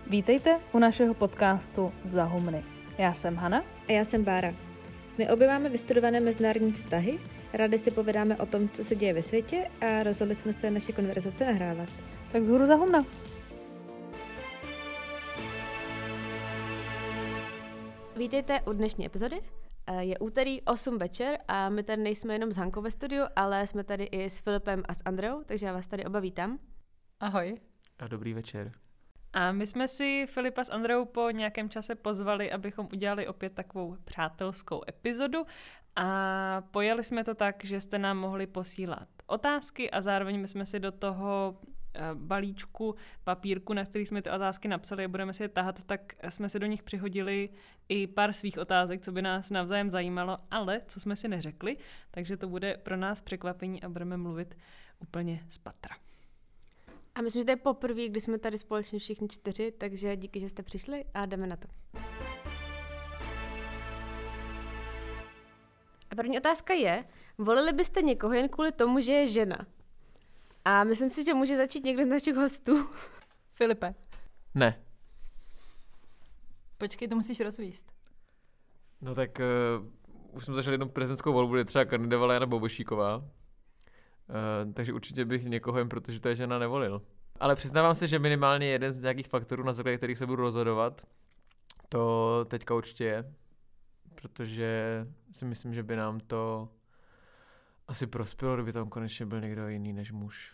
Vítejte u našeho podcastu Za humny. Já jsem Hana. A já jsem Bára. My obě máme vystudované mezinárodní vztahy, rádi si povídáme o tom, co se děje ve světě a rozhodli jsme se naše konverzace nahrávat. Tak vzhůru za humna. Vítejte u dnešní epizody. Je úterý 8 večer a my tady nejsme jenom s Hankou ve studiu, ale jsme tady i s Filipem a s Andreou, takže já vás tady oba vítám. Ahoj. A dobrý večer. A my jsme si Filipa s Andreou po nějakém čase pozvali, abychom udělali opět takovou přátelskou epizodu a pojali jsme to tak, že jste nám mohli posílat otázky a zároveň jsme si do toho balíčku papírku, na který jsme ty otázky napsali a budeme si je tahat, tak jsme si do nich přihodili i pár svých otázek, co by nás navzájem zajímalo, ale co jsme si neřekli, takže to bude pro nás překvapení a budeme mluvit úplně z patra. A myslím, že to je poprvé, kdy jsme tady společně všichni 4, takže díky, že jste přišli a jdeme na to. A první otázka je, volili byste někoho jen kvůli tomu, že je žena? A myslím si, že může začít někdo z našich hostů. Filipe. Ne. Počkej, to musíš rozvíst. No tak už jsme zažili jednu prezidentskou volbu, kde třeba kandidovala Jana Bobošíková. Takže určitě bych někoho jen protože to je žena nevolil. Ale přiznávám se, že minimálně jeden z nějakých faktorů, na základě kterých se budu rozhodovat, to teďka určitě je. Protože si myslím, že by nám to asi prospělo, kdyby tam konečně byl někdo jiný než muž.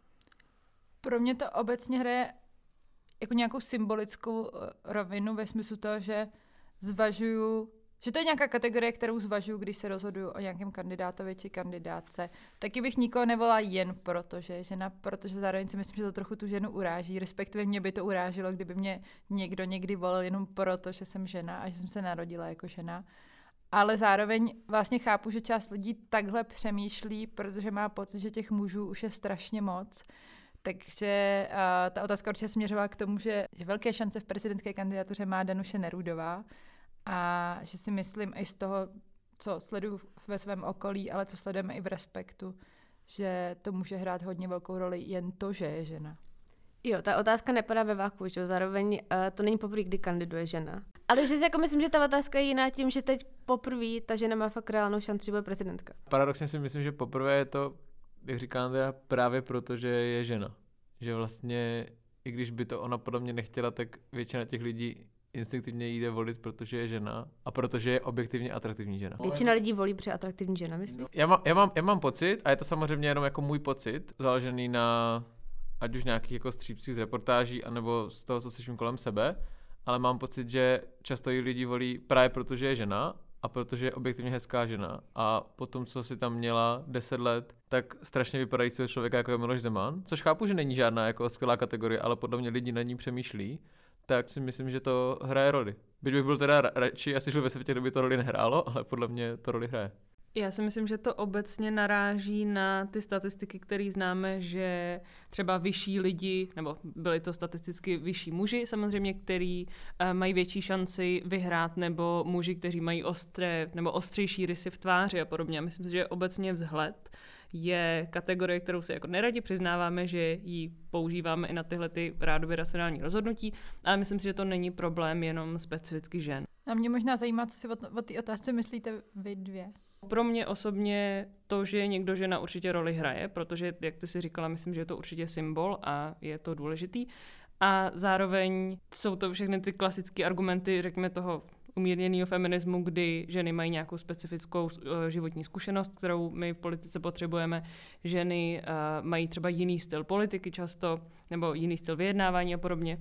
Pro mě to obecně hraje jako nějakou symbolickou rovinu ve smyslu toho, že zvažuju, že to je nějaká kategorie, kterou zvažuju, když se rozhoduju o nějakém kandidátovi či kandidátce. Taky bych nikoho nevolala jen proto, že je žena, protože zároveň si myslím, že to trochu tu ženu uráží, respektive mě by to urážilo, kdyby mě někdo někdy volil jenom proto, že jsem žena a že jsem se narodila jako žena. Ale zároveň vlastně chápu, že část lidí takhle přemýšlí, protože má pocit, že těch mužů už je strašně moc. Takže ta otázka určitě směřovala k tomu, že velké šance v prezidentské kandidatuře má Danuše Nerudová a že si myslím i z toho, co sleduju ve svém okolí, ale co sledujeme i v Respektu, že to může hrát hodně velkou roli jen to, že je žena. Jo, ta otázka nepadá ve váku, že jo, zároveň to není poprvé, kdy kandiduje žena. Ale že si jako myslím, že ta otázka je jiná tím, že teď poprvé ta žena má fakt reálnou šanci, že bude prezidentka. Paradoxně si myslím, že poprvé je to, jak říká Andrea, právě proto, že je žena. Že vlastně, i když by to ona podobně nechtěla, tak většina těch lidí instinktivně jde volit, protože je žena a protože je objektivně atraktivní žena. Většina lidí volí při atraktivní žena, myslíš? Já mám pocit, a je to samozřejmě jenom jako můj pocit, založený na ať už nějakých jako střípcích z reportáží, anebo z toho, co slyším kolem sebe, ale mám pocit, že často i lidi volí právě protože je žena a protože je objektivně hezká žena a potom, co si tam měla 10 let, tak strašně vypadajícího člověka jako je Miloš Zeman, což chápu, že není žádná jako skvělá kategorie, ale podle mě lidi na ní přemýšlí, tak si myslím, že to hraje roli. Byť bych byl teda radši, asi žil ve světě, kde by to roli nehrálo, ale podle mě to roli hraje. Já si myslím, že to obecně naráží na ty statistiky, které známe, že třeba vyšší lidi, nebo byli to statisticky vyšší muži samozřejmě, který mají větší šanci vyhrát, nebo muži, kteří mají ostré nebo ostřejší rysy v tváři a podobně. Myslím si, že obecně vzhled je kategorie, kterou si jako neradi přiznáváme, že ji používáme i na tyhle ty rádoby racionální rozhodnutí, ale myslím si, že to není problém jenom specificky žen. A mě možná zajímá, co si o té otázce myslíte vy dvě. Pro mě osobně to, že je někdo žena, určitě roli hraje, protože, jak ty si říkala, myslím, že je to určitě symbol a je to důležitý. A zároveň jsou to všechny ty klasické argumenty, řekněme, toho umírněného feminismu, kdy ženy mají nějakou specifickou životní zkušenost, kterou my v politice potřebujeme. Ženy mají třeba jiný styl politiky často, nebo jiný styl vyjednávání a podobně.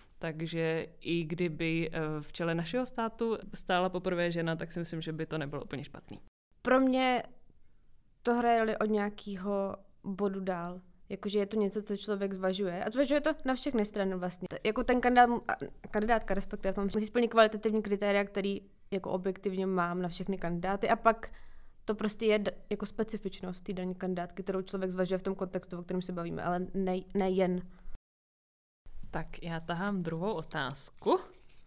Takže i kdyby v čele našeho státu stála poprvé žena, tak si myslím, že by to nebylo úplně špatný. Pro mě to hraje roli od nějakého bodu dál. Jakože je to něco, co člověk zvažuje. A zvažuje to na všechny strany vlastně. Jako ten kandidátka respektive v tom musí splnit kvalitativní kritéria, který jako objektivně mám na všechny kandidáty. A pak to prostě je jako specifičnost té dané kandidátky, kterou člověk zvažuje v tom kontextu, o kterém se bavíme, ale ne jen. Tak já tahám druhou otázku.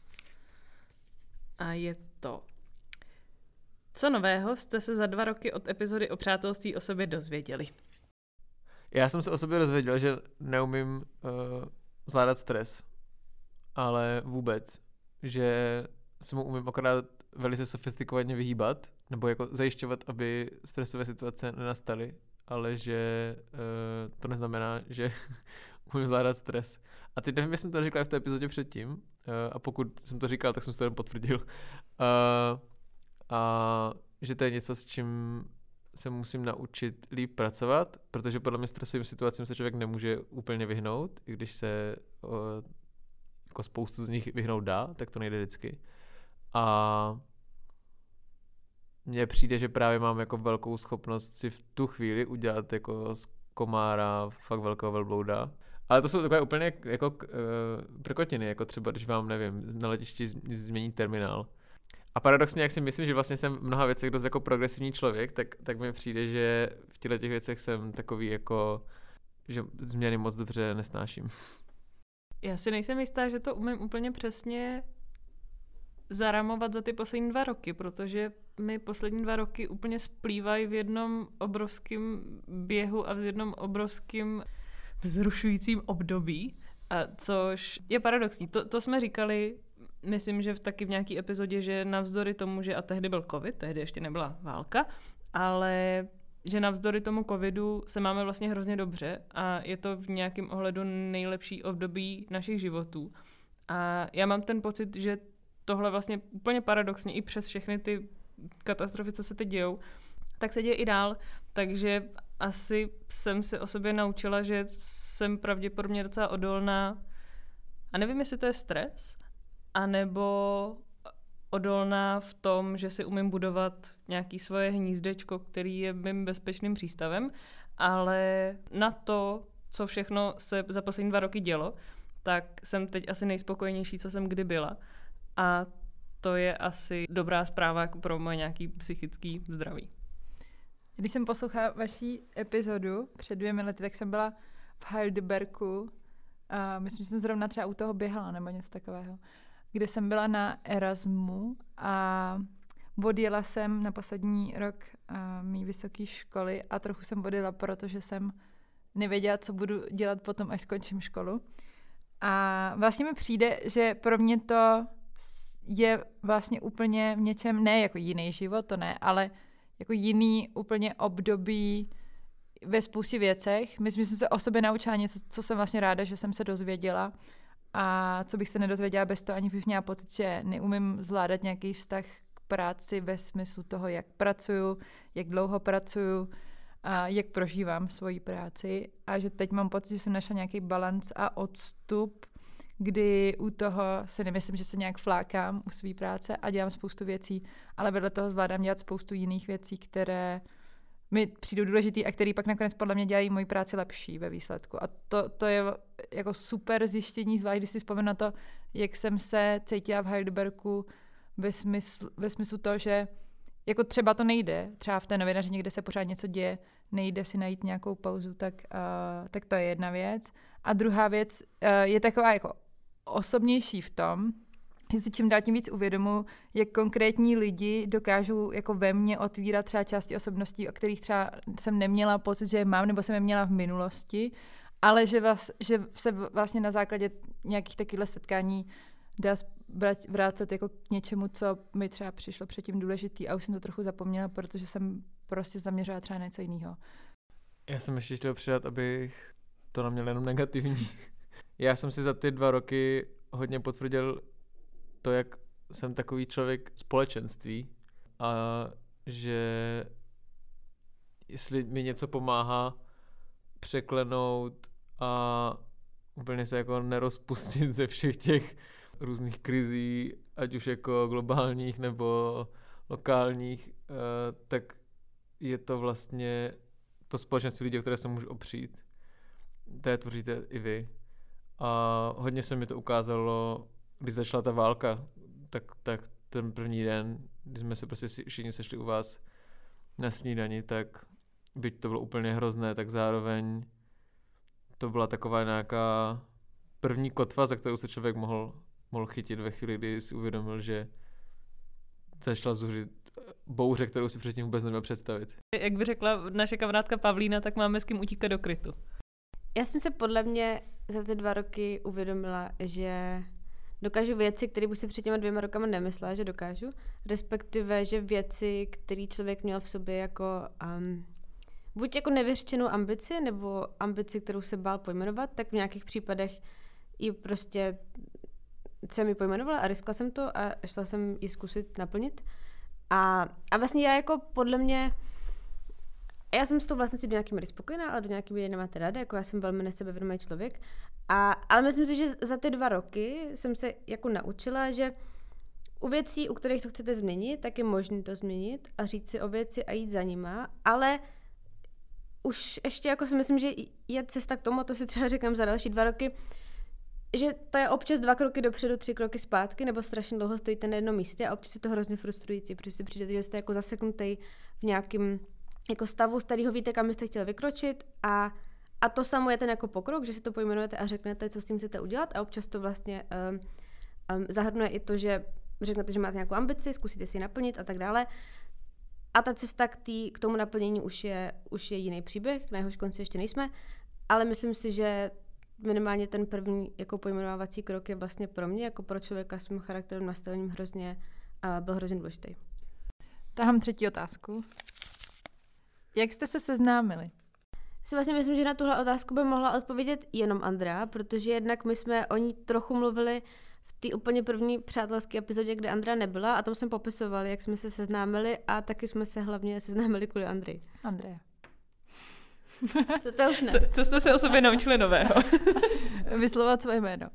A je to: co nového jste se za 2 roky od epizody o přátelství o sobě dozvěděli? Já jsem se o sobě dozvěděl, že neumím zvládat stres. ale vůbec. Že se mu umím akorát velice sofistikovaně vyhýbat, nebo jako zajišťovat, aby stresové situace nenastaly, ale že to neznamená, že umím zvládat stres. A teď nevím, jestli jsem to říkal v té epizodě předtím, a pokud jsem to říkal, tak jsem si to jen potvrdil. A že to je něco, s čím se musím naučit líp pracovat, protože podle mě stresovým situacím se člověk nemůže úplně vyhnout, i když se jako spoustu z nich vyhnout dá, tak to nejde vždycky. A mně přijde, že právě mám jako velkou schopnost si v tu chvíli udělat jako z komára fakt velkého velblouda. Ale to jsou takové úplně jako prkotiny, jako třeba, když vám, nevím, na letišti změní terminál. A paradoxně, jak si myslím, že vlastně jsem v mnoha věcech dost jako progresivní člověk, tak mi přijde, že v těchto těch věcech jsem takový jako, že změny moc dobře nesnáším. Já si nejsem jistá, že to umím úplně přesně zaramovat za ty poslední 2 roky, protože mi poslední 2 roky úplně splývají v jednom obrovském běhu a v jednom obrovském vzrušujícím období, což je paradoxní. To jsme říkali, myslím, že taky v nějaký epizodě, že navzdory tomu, že a tehdy byl covid, tehdy ještě nebyla válka, ale že navzdory tomu covidu se máme vlastně hrozně dobře a je to v nějakém ohledu nejlepší období našich životů. A já mám ten pocit, že tohle vlastně úplně paradoxně i přes všechny ty katastrofy, co se teď dějou, tak se děje i dál, takže asi jsem se o sobě naučila, že jsem pravděpodobně docela odolná a nevím, jestli to je stres, anebo odolná v tom, že si umím budovat nějaké svoje hnízdečko, který je mým bezpečným přístavem, ale na to, co všechno se za poslední 2 roky dělo, tak jsem teď asi nejspokojenější, co jsem kdy byla. A to je asi dobrá zpráva jako pro moje nějaký psychický zdraví. Když jsem poslouchala vaší epizodu před 2 lety, tak jsem byla v Heidelbergu a myslím, že jsem zrovna třeba u toho běhala nebo něco takového, kde jsem byla na Erasmu a odjela jsem na poslední rok mý vysoké školy a trochu jsem odjela, protože jsem nevěděla, co budu dělat potom, až skončím školu. A vlastně mi přijde, že pro mě to je vlastně úplně v něčem, ne jako jiný život, to ne, ale jako jiný úplně období ve spoustě věcech. Myslím, že jsem se o sobě naučila něco, co jsem vlastně ráda, že jsem se dozvěděla a co bych se nedozvěděla bez toho, ani bych měla pocit, že neumím zvládat nějaký vztah k práci ve smyslu toho, jak pracuju, jak dlouho pracuju a jak prožívám svoji práci a že teď mám pocit, že jsem našla nějaký balanc a odstup, kdy u toho si nemyslím, že se nějak flákám u své práce a dělám spoustu věcí, ale vedle toho zvládám dělat spoustu jiných věcí, které mi přijdou důležitý a které pak nakonec podle mě dělají moji práci lepší ve výsledku. A to je jako super zjištění, zvlášť když si vzpomenu na to, jak jsem se cítila v Heidelbergu ve smyslu toho, že jako třeba to nejde, třeba v té novinaři někde se pořád něco děje, nejde si najít nějakou pauzu, tak to je jedna věc. A druhá věc je taková jako osobnější v tom, že si čím dál tím víc uvědomuji, jak konkrétní lidi dokážou jako ve mně otvírat třeba části osobností, o kterých třeba jsem neměla pocit, že je mám, nebo jsem je měla v minulosti, ale že se vlastně na základě nějakých takovýchhle setkání dá vrátit jako k něčemu, co mi třeba přišlo předtím důležitý a už jsem to trochu zapomněla, protože jsem prostě zaměřila třeba na něco jiného. Já jsem ještě chtěl přidat, abych to neměl jenom negativní. Já jsem si za ty 2 roky hodně potvrdil to, jak jsem takový člověk společenství a že jestli mi něco pomáhá překlenout a úplně se jako nerozpustit ze všech těch různých krizí, ať už jako globálních nebo lokálních, tak je to vlastně to společenství lidí, o které se můžu opřít. To je tvoříte i vy. A hodně se mi to ukázalo, když začala ta válka, tak ten první den, když jsme se prostě všichni sešli u vás na snídani, tak byť to bylo úplně hrozné, tak zároveň to byla taková nějaká první kotva, za kterou se člověk mohl chytit ve chvíli, kdy si uvědomil, že začala zuřit bouře, kterou si předtím vůbec neměl představit. Jak by řekla naše kamarádka Pavlína, tak máme s kým utíkat do krytu. Já jsem se podle mě za ty 2 roky uvědomila, že dokážu věci, které bych si před těma 2 rokama nemyslela, že dokážu, respektive, že věci, které člověk měl v sobě jako buď jako nevyřčenou ambici, nebo ambici, kterou se bál pojmenovat, tak v nějakých případech i prostě jsem ji pojmenovala a riskla jsem to a šla jsem ji zkusit naplnit. A vlastně já jako podle mě, já jsem s tou vlastností do nějaký míry spokojená, ale do nějaký míry nemáte ráda, jako já jsem velmi nesebevědomý člověk. Ale myslím si, že za ty 2 roky jsem se jako naučila, že u věcí, u kterých to chcete změnit, tak je možné to změnit a říct si o věci a jít za nima, ale už ještě jako si myslím, že je cesta k tomu, a to si třeba říkám za další 2 roky, že to je občas 2 kroky dopředu, 3 kroky zpátky, nebo strašně dlouho stojíte na jednom místě a občas je to hrozně frustrující, protože si přijdete, že jste jako zaseknutý v nějakém jako stavu, z kterého víte, kam byste chtěli vykročit a to samo je ten jako pokrok, že si to pojmenujete a řeknete, co s tím chcete udělat a občas to vlastně zahrnuje i to, že řeknete, že máte nějakou ambici, zkusíte si ji naplnit a tak dále. A ta cesta k tomu naplnění už je jiný příběh, na jehož konci ještě nejsme, ale myslím si, že minimálně ten první jako pojmenovávací krok je vlastně pro mě, jako pro člověka s mým charakterovým nastavením byl hrozně důležitý. Tahám 3. otázku. Jak jste se seznámili? Si vlastně myslím, že na tuhle otázku by mohla odpovědět jenom Andrea, protože jednak my jsme o ní trochu mluvili v té úplně první přátelské epizodě, kde Andrea nebyla a tam jsme popisovali, jak jsme se seznámili a taky jsme se hlavně seznámili kvůli Andreji. Andrea. To už ne. Co jste se o sobě naučili nového? Vyslovovat svoje jméno.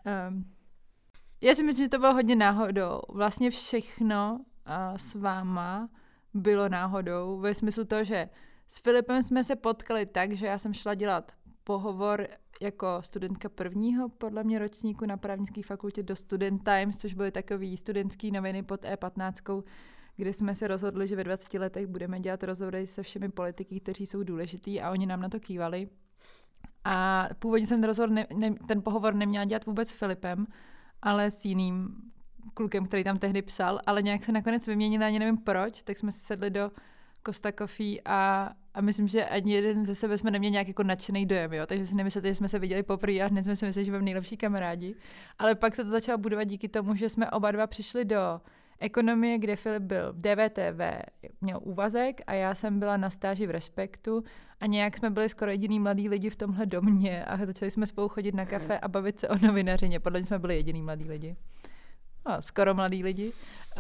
Já si myslím, že to bylo hodně náhodou. Vlastně všechno s váma bylo náhodou, ve smyslu toho, že s Filipem jsme se potkali tak, že já jsem šla dělat pohovor jako studentka 1. podle mě ročníku na právnické fakultě do Student Times, což byly takový studentský noviny pod E15, kde jsme se rozhodli, že ve 20 letech budeme dělat rozhovory se všemi politiky, kteří jsou důležitý a oni nám na to kývali. A původně jsem ten pohovor neměla dělat vůbec s Filipem, ale s jiným klukem, který tam tehdy psal, ale nějak se nakonec vyměnili, ani nevím proč, tak jsme se sedli do Costa Coffee a myslím, že ani jeden ze sebe jsme neměli nějak jako nadšený dojem, jo? Takže si nemyslete, že jsme se viděli poprvé a hned jsme si mysleli, že budeme nejlepší kamarádi. Ale pak se to začalo budovat díky tomu, že jsme oba dva přišli do ekonomie, kde Filip byl v DVTV, měl úvazek a já jsem byla na stáži v Respektu a nějak jsme byli skoro jediný mladí lidi v tomhle domě a začali jsme spolu chodit na kafe a bavit se o novinařině. Podle mě jsme byli jediný mladí lidi. No, skoro mladí lidi.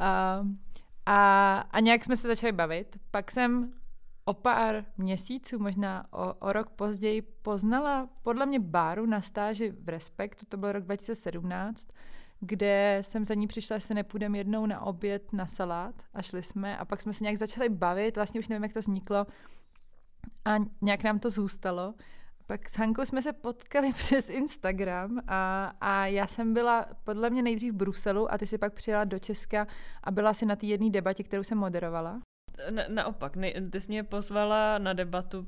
A nějak jsme se začali bavit. Pak jsem o pár měsíců, možná o rok později, poznala podle mě Báru na stáži v Respektu, to byl rok 2017, kde jsem za ní přišla, jestli nepůjdeme jednou na oběd na salát a šli jsme a pak jsme se nějak začali bavit, vlastně už nevím, jak to vzniklo a nějak nám to zůstalo. Pak s Hankou jsme se potkali přes Instagram a já jsem byla podle mě nejdřív v Bruselu a ty si pak přijela do Česka a byla si na té jedné debatě, kterou jsem moderovala. Naopak, ty jsi mě pozvala na debatu,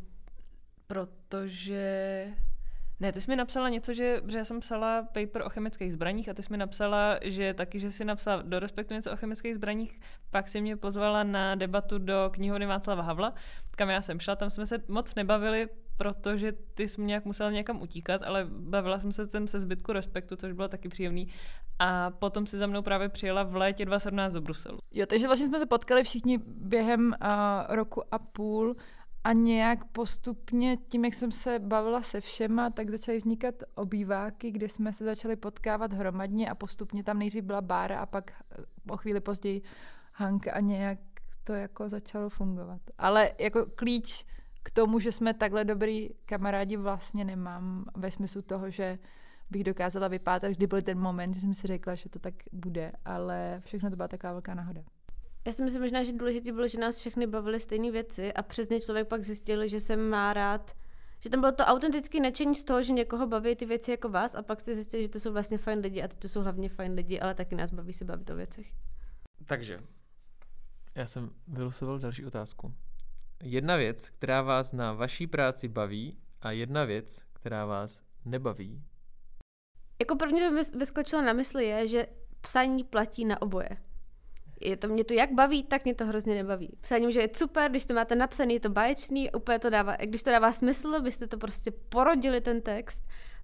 protože... Ne, ty jsi mi napsala něco, že já jsem psala paper o chemických zbraních a ty jsi mi napsala, že jsi napsala do Respektu něco o chemických zbraních, pak si mě pozvala na debatu do knihovny Václava Havla, kam já jsem šla, tam jsme se moc nebavili, protože ty jsi nějak musela někam utíkat, ale bavila jsem se tam se zbytku Respektu, což bylo taky příjemný. A potom si za mnou právě přijela v létě 2017 do Bruselu. Jo, takže vlastně jsme se potkali všichni během roku a půl a nějak postupně tím, jak jsem se bavila se všema, tak začaly vznikat obýváky, kde jsme se začali potkávat hromadně a postupně tam nejdřív byla Bára a pak po chvíli později Hanka a nějak to jako začalo fungovat. Ale jako klíč k tomu, že jsme takhle dobrý kamarádi, vlastně nemám ve smyslu toho, že bych dokázala vypátrat, kdy byl ten moment, že jsem si řekla, že to tak bude, ale všechno to byla taková velká náhoda. Já si myslím možná, že důležité bylo, že nás všechny bavily stejné věci a přesně člověk pak zjistil, že se má rád, že tam bylo to autentické nadšení z toho, že někoho baví ty věci jako vás a pak jste zjistili, že to jsou vlastně fajn lidi a ty to jsou hlavně fajn lidi, ale taky nás baví se bavit o věcech. Takže, já jsem vylosoval další otázku. Jedna věc, která vás na vaší práci baví a jedna věc, která vás nebaví. Jako první, co vyskočilo na mysli je, že psaní platí na oboje. Mě to jak baví, tak mě to hrozně nebaví. Psaním, že je super, když to máte napsaný, je to báječný, úplně to dává, když to dává smysl, byste to prostě porodili ten text,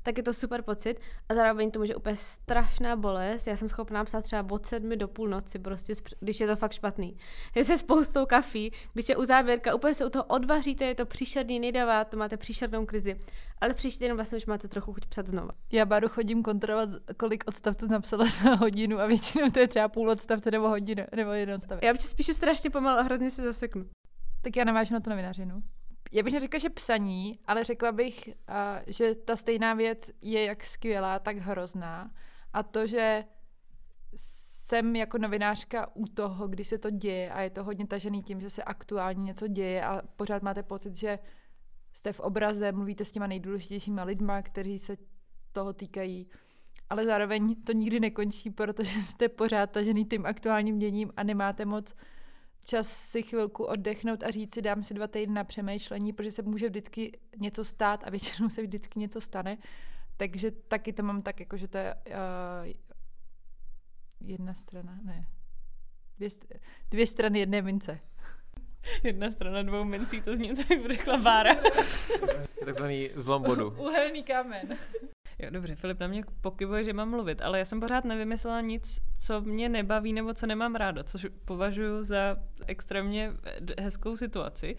tak je to super pocit a zároveň to může úplně strašná bolest. Já jsem schopná psát třeba od 7 do půlnoci, prostě, když je to fakt špatný. Je se spoustou kafí, když je uzávěrka, úplně se u toho odvaříte, je to příšerný, nejdává, to máte příšernou krizi, ale příští den vlastně už máte trochu chuť psat znova. Já Báru chodím kontrolovat, kolik odstavců napsala za hodinu a většinou to je třeba půl odstavce nebo hodina, nebo jeden odstavec. Já spíše strašně pomalu a hrozně se zaseknu. Tak já navážu na to novinařinu. Já bych neřekla, že psaní, ale řekla bych, že ta stejná věc je jak skvělá, tak hrozná. A to, že jsem jako novinářka u toho, když se to děje a je to hodně tažený tím, že se aktuálně něco děje a pořád máte pocit, že jste v obraze, mluvíte s těma nejdůležitějšíma lidma, kteří se toho týkají, ale zároveň to nikdy nekončí, protože jste pořád tažený tím aktuálním děním a nemáte moc čas si chvilku oddechnout a říct si, dám si 2 týdny na přemýšlení, protože se může vždycky něco stát a většinou se vždycky něco stane. Takže taky to mám tak, jako, že to je jedna strana, ne. Dvě strany jedné mince. Jedna strana 2 mincí, to zní, co jak řekla Bára. Takzvaný zlom bodu. Uhelný kámen. Jo, dobře, Filip na mě pokybuje, že mám mluvit, ale já jsem pořád nevymyslela nic, co mě nebaví nebo co nemám ráda, což považuji za extrémně hezkou situaci.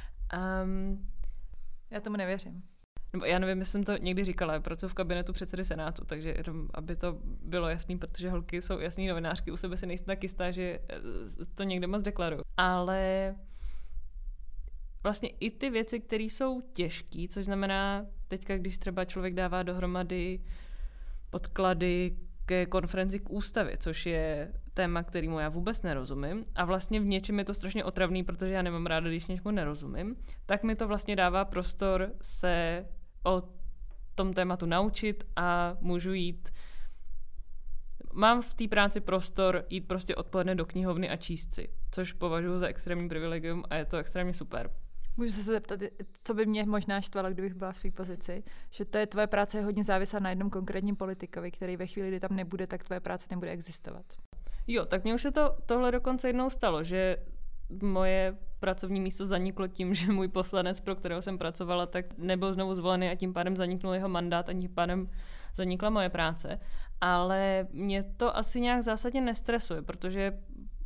Já tomu nevěřím. Nebo já nevím, jestli jsem to někdy říkala, pracuji v kabinetu předsedy Senátu, takže jenom, aby to bylo jasný, protože holky jsou jasný novinářky, u sebe si nejsem tak jistá, že to někde moc deklaruju. Ale vlastně i ty věci, které jsou těžké, což znamená teďka, když třeba člověk dává dohromady podklady ke konferenci k ústavě, což je téma, kterému já vůbec nerozumím a vlastně v něčem je to strašně otravný, protože já nemám ráda, když něčemu nerozumím, tak mi to vlastně dává prostor se o tom tématu naučit a můžu jít. Mám v té práci prostor jít prostě odpoledne do knihovny a číst si, což považuji za extrémní privilegium a je to extrémně super. Můžu se zeptat, co by mě možná štvalo, kdybych byla v své pozici, že to je tvoje práce je hodně závislá na jednom konkrétním politikovi, který ve chvíli, kdy tam nebude, tak tvoje práce nebude existovat. Jo, tak mně už se tohle dokonce jednou stalo, že moje pracovní místo zaniklo tím, že můj poslanec, pro kterého jsem pracovala, tak nebyl znovu zvolený a tím pádem zaniknul jeho mandát a tím pádem zanikla moje práce. Ale mě to asi nějak zásadně nestresuje, protože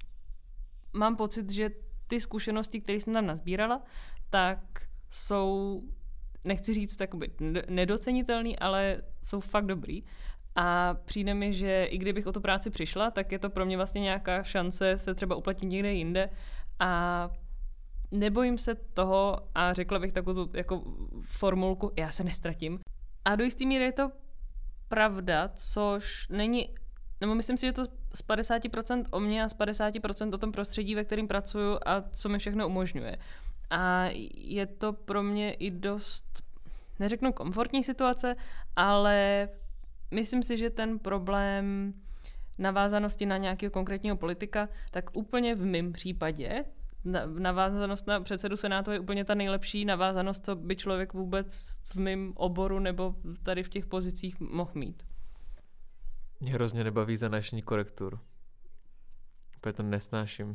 mám pocit, že ty zkušenosti, které jsem tam nazbírala, tak jsou, nechci říct takoby nedocenitelný, ale jsou fakt dobrý. A přijde mi, že i kdybych o tu práci přišla, tak je to pro mě vlastně nějaká šance se třeba uplatnit někde jinde a nebojím se toho a řekla bych takovou tu jako formulku, já se nestratím. A do jistý míry je to pravda, což není, nebo myslím si, že to z 50% o mě a z 50% o tom prostředí, ve kterém pracuju a co mi všechno umožňuje. A je to pro mě i dost, neřeknu komfortní situace, ale myslím si, že ten problém navázanosti na nějakého konkrétního politika, tak úplně v mém případě navázanost na předsedu Senátu je úplně ta nejlepší navázanost, co by člověk vůbec v mém oboru nebo tady v těch pozicích mohl mít. Mě hrozně nebaví zanační korektur. Úplně to nesnáším.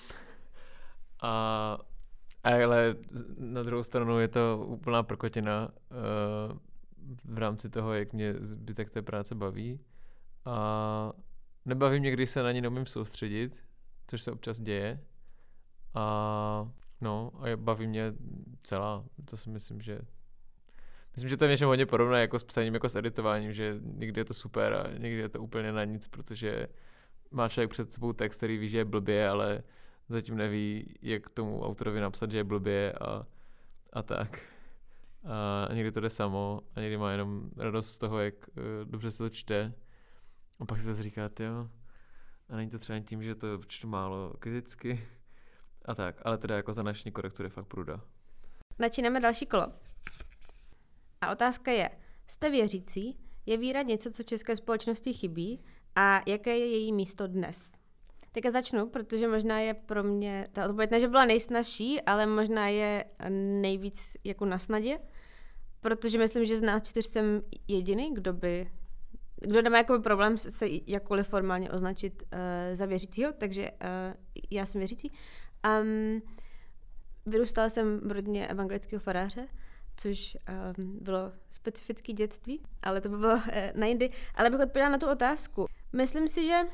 Ale na druhou stranu je to úplná prkotina v rámci toho, jak mě zbytek té práce baví. A nebaví mě, když se na ní neumím soustředit, což se občas děje. A baví mě celá. To si myslím, že to je něčem hodně podobné jako s psaním, jako s editováním, že někdy je to super a někdy je to úplně na nic, protože má člověk před sebou text, který ví, že je blbě, ale zatím neví, jak tomu autorovi napsat, že je blbě a tak. A někdy to jde samo a někdy má jenom radost z toho, jak dobře se to čte. A pak se říká, jo, a není to třeba tím, že to čtu málo kriticky a tak. Ale teda jako zanační korektur je fakt průda. Začínáme další kolo. A otázka je, jste věřící? Je víra něco, co české společnosti chybí? A jaké je její místo dnes? Tak já začnu, protože možná je pro mě, ta odpověď ne, že byla nejsnažší, ale možná je nejvíc jako na snadě, protože myslím, že z nás 4 jsem jediný, kdo nemá jakoby problém se jakkoliv formálně označit za věřícího, takže já jsem věřící. Vyrůstala jsem v rodině evangelického faráře, což bylo specifické dětství, ale to by bylo na jindy. Ale bych odpověděla na tu otázku. Myslím si, že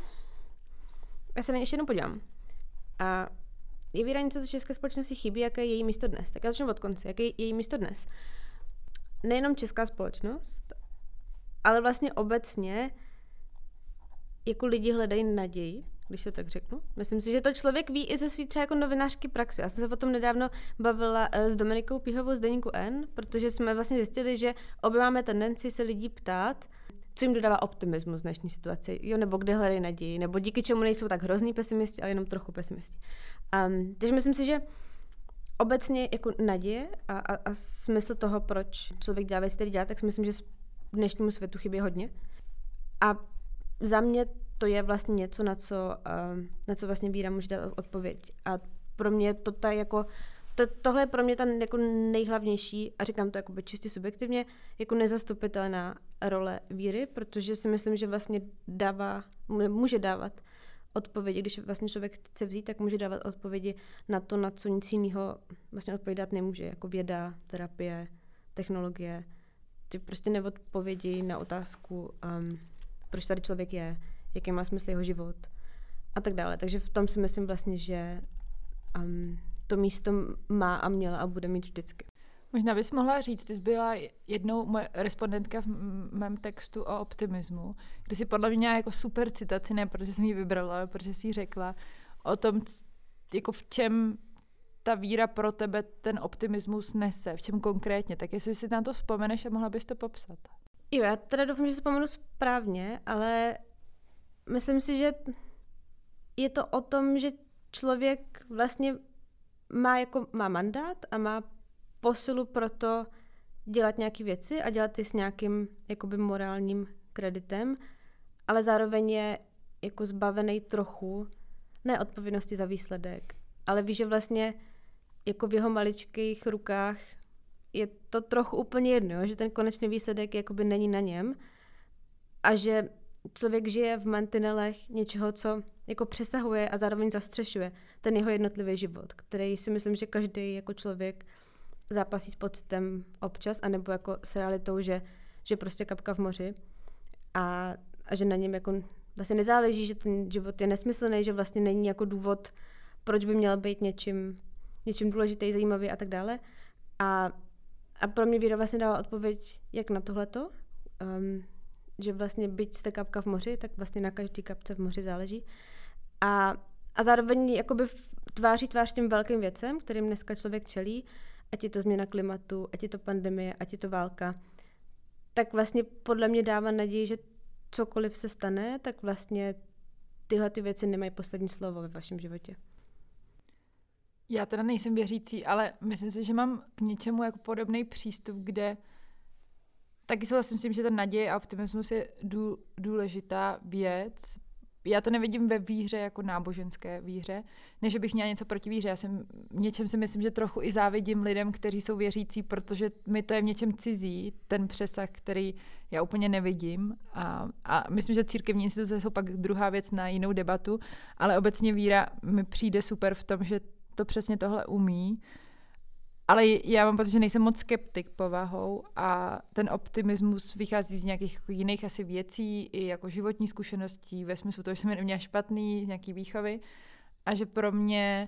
já se na ně ještě jednou podívám. A je víra něco, co české společnosti chybí, jaké je její místo dnes. Tak já začnu od konce. Jaké je její místo dnes? Nejenom česká společnost, ale vlastně obecně jako lidi hledají naději, když to tak řeknu. Myslím si, že to člověk ví i ze svý třeba jako novinářky praxe. Já jsem se o tom nedávno bavila s Dominikou Píhovou z Deníku N, protože jsme vlastně zjistili, že obě máme tendenci se lidí ptát, co jim dodává optimismus v dnešní situaci, jo, nebo kde hledají naději, nebo díky čemu nejsou tak hrozný pesimisti, ale jenom trochu pesimisti. Takže myslím si, že obecně jako naděje a smysl toho, proč člověk dělá věci, který dělá, tak si myslím, že dnešnímu světu chybí hodně. A za mě to je vlastně něco, na co vlastně víra může dát odpověď. A pro mě tohle je pro mě ta jako nejhlavnější, a říkám to jako čistě subjektivně, jako nezastupitelná role víry, protože si myslím, že vlastně může dávat odpovědi, když vlastně člověk chce vzít, tak může dávat odpovědi na to, na co nic jiného vlastně odpovědat nemůže, jako věda, terapie, technologie. Ty prostě neodpovědi na otázku, proč tady člověk je, jaký má smysl jeho život a tak dále. Takže v tom si myslím vlastně, že to místo má a měla a bude mít vždycky. Možná bys mohla říct, ty jsi byla jednou moje respondentka v mém textu o optimismu, kde si podle mě měla jako super citaci, ne protože jsem ji vybrala, ale protože jsi ji řekla o tom, jako v čem ta víra pro tebe ten optimismus nese, v čem konkrétně. Tak jestli si na to vzpomeneš a mohla bys to popsat. Jo, já teda doufám, že si vzpomenu správně, ale myslím si, že je to o tom, že člověk vlastně má mandát a má posilu pro to dělat nějaké věci a dělat je s nějakým jakoby morálním kreditem, ale zároveň je jako zbavený trochu ne odpovědnosti za výsledek, ale ví, že vlastně jako v jeho maličkých rukách je to trochu úplně jedno, že ten konečný výsledek jakoby není na něm a že člověk žije v mantinelech něčeho, co jako přesahuje a zároveň zastřešuje ten jeho jednotlivý život, který si myslím, že každý jako člověk zápasí s pocitem občas, anebo jako s realitou, že prostě kapka v moři a že na něm jako vlastně nezáleží, že ten život je nesmyslný, že vlastně není jako důvod, proč by měl být něčím důležitý, zajímavý a tak dále. A pro mě víra vlastně dává odpověď jak na tohleto, že vlastně byť jste kapka v moři, tak vlastně na každý kapce v moři záleží. A zároveň jakoby tváří tvář těm velkým věcem, kterým dneska člověk čelí, ať je to změna klimatu, ať je to pandemie, ať je to válka, tak vlastně podle mě dává naději, že cokoliv se stane, tak vlastně tyhle ty věci nemají poslední slovo ve vašem životě. Já teda nejsem věřící, ale myslím si, že mám k něčemu jako podobný přístup, kde taky souhlasím s tím, že ta naděje a optimismus je důležitá věc. Já to nevidím ve víře jako náboženské víře, než bych měla něco proti víře. Já něčem si myslím, že trochu i závidím lidem, kteří jsou věřící, protože mi to je v něčem cizí, ten přesah, který já úplně nevidím. A myslím, že církevní instituce jsou pak druhá věc na jinou debatu, ale obecně víra mi přijde super v tom, že to přesně tohle umí. Ale já mám pocit, že nejsem moc skeptik povahou a ten optimismus vychází z nějakých jako jiných asi věcí, i jako životní zkušeností, ve smyslu toho, že jsem neměla špatný, nějaký výchovy a že pro mě,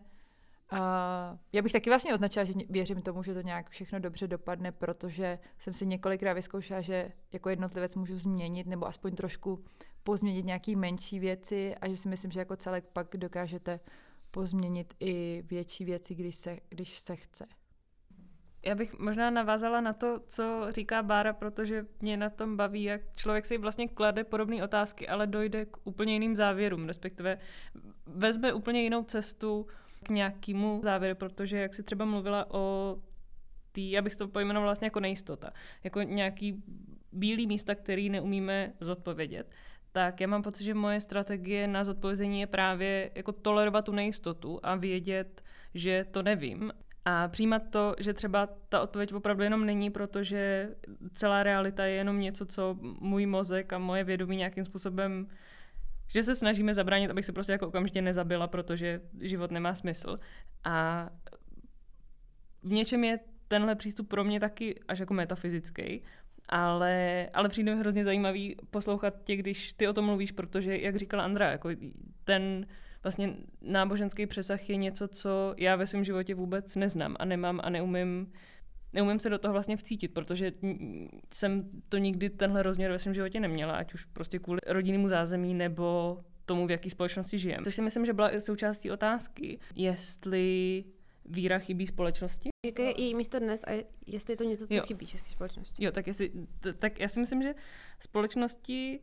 já bych taky vlastně označila, že věřím tomu, že to nějak všechno dobře dopadne, protože jsem si několikrát vyzkoušela, že jako jednotlivec můžu změnit nebo aspoň trošku pozměnit nějaké menší věci a že si myslím, že jako celek pak dokážete pozměnit i větší věci, když se chce. Já bych možná navázala na to, co říká Bára, protože mě na tom baví, jak člověk si vlastně klade podobné otázky, ale dojde k úplně jiným závěrům, respektive vezme úplně jinou cestu k nějakému závěru, protože jak si třeba mluvila o já bych to pojmenovala vlastně jako nejistota, jako nějaký bílý místa, který neumíme zodpovědět, tak já mám pocit, že moje strategie na zodpovězení je právě jako tolerovat tu nejistotu a vědět, že to nevím. A přijímat to, že třeba ta odpověď opravdu jenom není, protože celá realita je jenom něco, co můj mozek a moje vědomí nějakým způsobem, že se snažíme zabránit, abych se prostě jako okamžitě nezabila, protože život nemá smysl. A v něčem je tenhle přístup pro mě taky až jako metafyzický, ale přijde mi hrozně zajímavý poslouchat tě, když ty o tom mluvíš, protože, jak říkala Andrea, jako ten vlastně náboženský přesah je něco, co já ve svém životě vůbec neznám a nemám a neumím se do toho vlastně vcítit, protože jsem to nikdy tenhle rozměr ve svém životě neměla, ať už prostě kvůli rodinnému zázemí nebo tomu, v jaké společnosti žijem. Což si myslím, že byla i součástí otázky, jestli víra chybí společnosti. Jaké je její místo dnes a jestli je to něco, co chybí české společnosti? Jo, tak já si myslím, že společnosti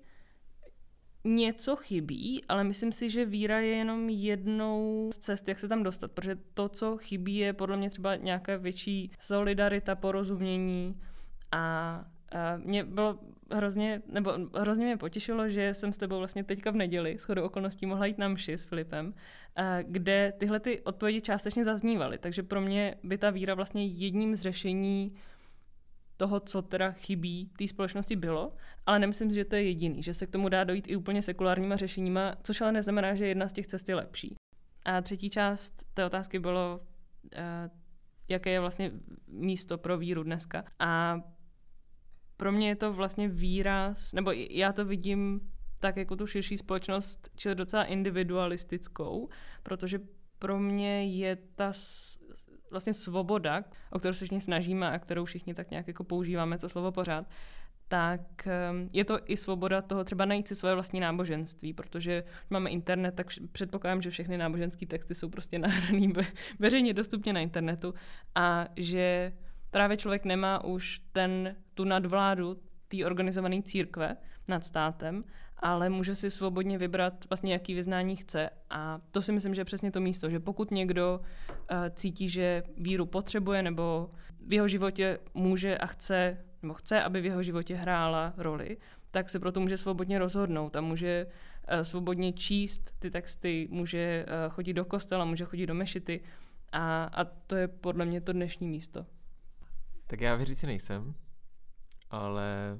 něco chybí, ale myslím si, že víra je jenom jednou z cest, jak se tam dostat, protože to, co chybí, je podle mě třeba nějaká větší solidarita, porozumění a mě bylo hrozně mě potěšilo, že jsem s tebou vlastně teďka v neděli shodou okolností mohla jít na mši s Filipem, kde tyhle ty odpovědi částečně zaznívaly, takže pro mě by ta víra vlastně jedním z řešení toho, co teda chybí té společnosti bylo, ale nemyslím si, že to je jediný, že se k tomu dá dojít i úplně sekulárníma řešeníma, což ale neznamená, že jedna z těch cest je lepší. A třetí část té otázky bylo, jaké je vlastně místo pro víru dneska. A pro mě je to vlastně výraz, nebo já to vidím tak jako tu širší společnost, čili docela individualistickou, protože pro mě je ta vlastně svoboda, o kterou se všichni snažíme a kterou všichni tak nějak jako používáme to slovo pořád, tak je to i svoboda toho třeba najít si svoje vlastní náboženství, protože máme internet, tak předpokládám, že všechny náboženské texty jsou prostě nahraný veřejně dostupně na internetu a že právě člověk nemá už tu nadvládu té organizované církve nad státem, ale může si svobodně vybrat vlastně, jaký vyznání chce. A to si myslím, že je přesně to místo, že pokud někdo cítí, že víru potřebuje nebo v jeho životě může a chce, nebo chce, aby v jeho životě hrála roli, tak se proto může svobodně rozhodnout a může svobodně číst ty texty, může chodit do kostela, může chodit do mešity a to je podle mě to dnešní místo. Tak já věřící nejsem, ale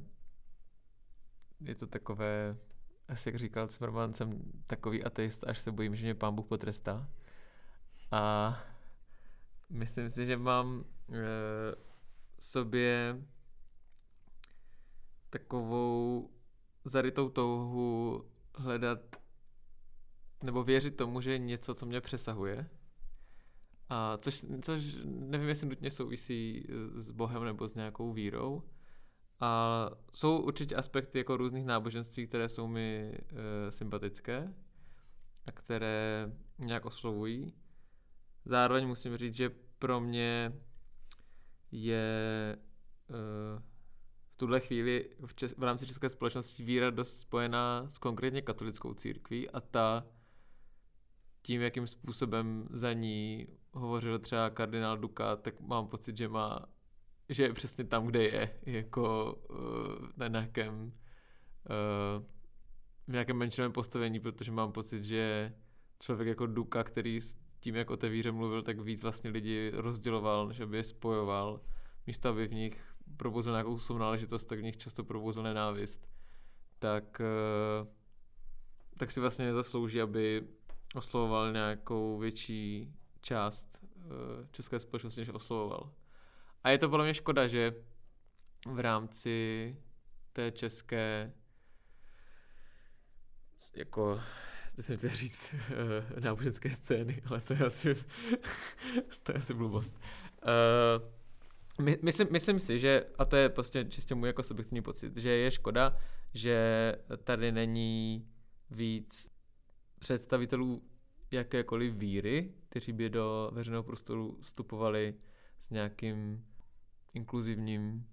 je to takové, asi jak říkal Cimrman, jsem takový ateista, až se bojím, že mě Pán Bůh potrestá. A myslím si, že mám v sobě takovou zarytou touhu hledat nebo věřit tomu, že je něco, co mě přesahuje. A což nevím, jestli nutně souvisí s Bohem nebo s nějakou vírou. A jsou určitě aspekty jako různých náboženství, které jsou mi sympatické a které nějak oslovují. Zároveň musím říct, že pro mě je v tuhle chvíli v rámci české společnosti víra dost spojená s konkrétně katolickou církví a ta tím, jakým způsobem za ní hovořil třeba kardinál Duka, tak mám pocit, že je přesně tam, kde je, jako na nějakém menšinovém postavení, protože mám pocit, že člověk jako Duka, který s tím, jak o té víře mluvil, tak víc vlastně lidi rozděloval, než aby je spojoval, místo aby v nich probouzil nějakou sounáležitost, tak v nich často probouzil nenávist. Tak si vlastně nezaslouží, aby oslovoval nějakou větší část české společnosti, než oslovoval. A je to podle mě škoda, že v rámci té české jako, to jsem chtěl říct, náboženské scény, ale to je asi blbost. Myslím si, že, a to je prostě čistě můj jako subjektivní pocit, že je škoda, že tady není víc představitelů jakékoliv víry, kteří by do veřejného prostoru vstupovali s nějakým inkluzivním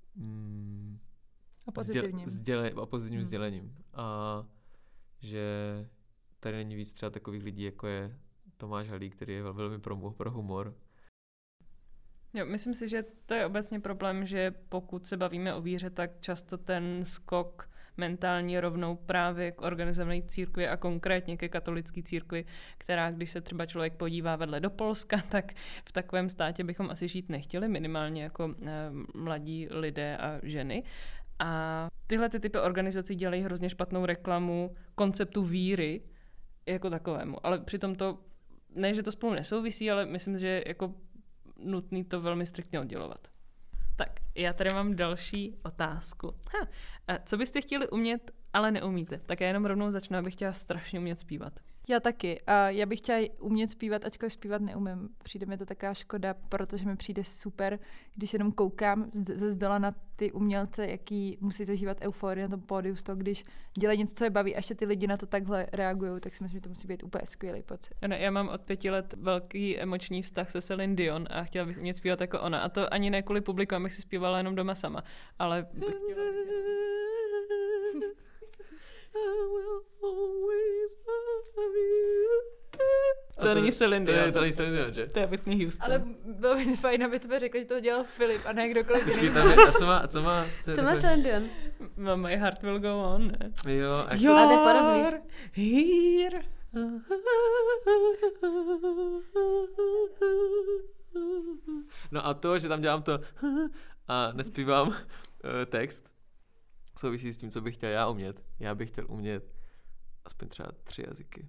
a pozitivním sdělením. A že tady není víc třeba takových lidí, jako je Tomáš Halík, který je velmi pro humor. Jo, myslím si, že to je obecně problém, že pokud se bavíme o víře, tak často ten skok mentální rovnou právě k organizované církvi a konkrétně ke katolické církvi, která, když se třeba člověk podívá vedle do Polska, tak v takovém státě bychom asi žít nechtěli, minimálně jako mladí lidé a ženy. A tyhle typy organizací dělají hrozně špatnou reklamu konceptu víry jako takovému. Ale přitom to, ne, že to spolu nesouvisí, ale myslím, že jako nutný to velmi striktně oddělovat. Tak, já tady mám další otázku. Co byste chtěli umět, ale neumíte? Tak já jenom rovnou začnu, abych chtěla strašně umět zpívat. Já taky. A já bych chtěla umět zpívat, ačkoliv zpívat neumím. Přijde mi to taková škoda, protože mi přijde super, když jenom koukám ze zdola na ty umělce, jaký musí zažívat euforii na tom pódiu z toho, když dělají něco, co je baví, a ještě ty lidi na to takhle reagují, tak si myslím, že to musí být úplně skvělý pocit. Ano, já mám od 5 let velký emoční vztah se Celine Dion a chtěla bych umět zpívat jako ona. A to ani ne kvůli publiku, abych si zpívala jenom doma sama. Ale bych chtěla... To není Celine Dion. To není Celine Dion, že? To je Whitney Houston. Ale bylo by fajn, aby tebe řekli, že to dělal Filip a ne kdokoliv jiný. A co má Celine Dion? My heart will go on, ne? Jo, A to je podobný. Here. No a to, že tam dělám to a nespívám text, souvisí s tím, co bych chtěl já umět. Já bych chtěl umět aspoň třeba 3 jazyky.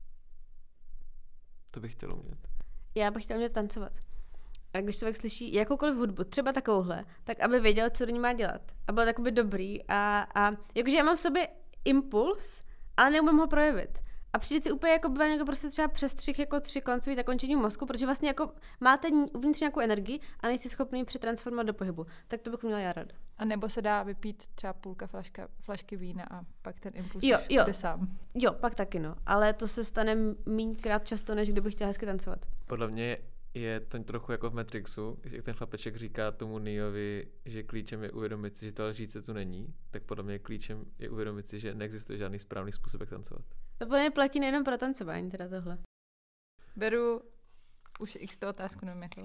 To bych chtěl umět. Já bych chtěl umět tancovat. A když člověk slyší jakoukoliv hudbu, třeba takovouhle, tak aby věděl, co do ní má dělat. A byl takový dobrý. A jakože já mám v sobě impuls, ale neumím ho projevit. A přijde si úplně jako by někdo prostě třeba přestřih jako 3 koncový zakončení mozku, protože vlastně jako máte uvnitř nějakou energii a nejsi schopný přetransformovat do pohybu. Tak to bych měla já ráda. A nebo se dá vypít třeba půlka flašky vína a pak ten impuls jde sám. Jo, pak taky no. Ale to se stane méněkrát často, než kdybych chtěla hezky tancovat. Podle mě je to trochu jako v Matrixu, jak ten chlapeček říká tomu Neovi, že klíčem je uvědomit si, že ta lžíce tu není, tak podle mě klíčem je uvědomit si, že neexistuje žádný správný způsob, jak tancovat. To podle mě platí nejenom pro tancování, teda tohle. Beru už x otázku, nevím jakou.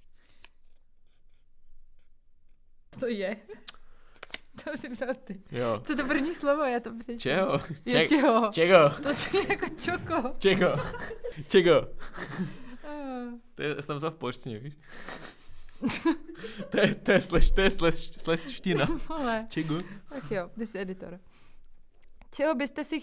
Co to je? To si vzal ty. Jo. Co to první slovo? Já to přečtu. Čeho? Čeho? Čego? To je jako čoko. Čego? To je tam za v polštině, víš? to je sleština. Čego? Ach jo, ty jsi editor. Čeho byste si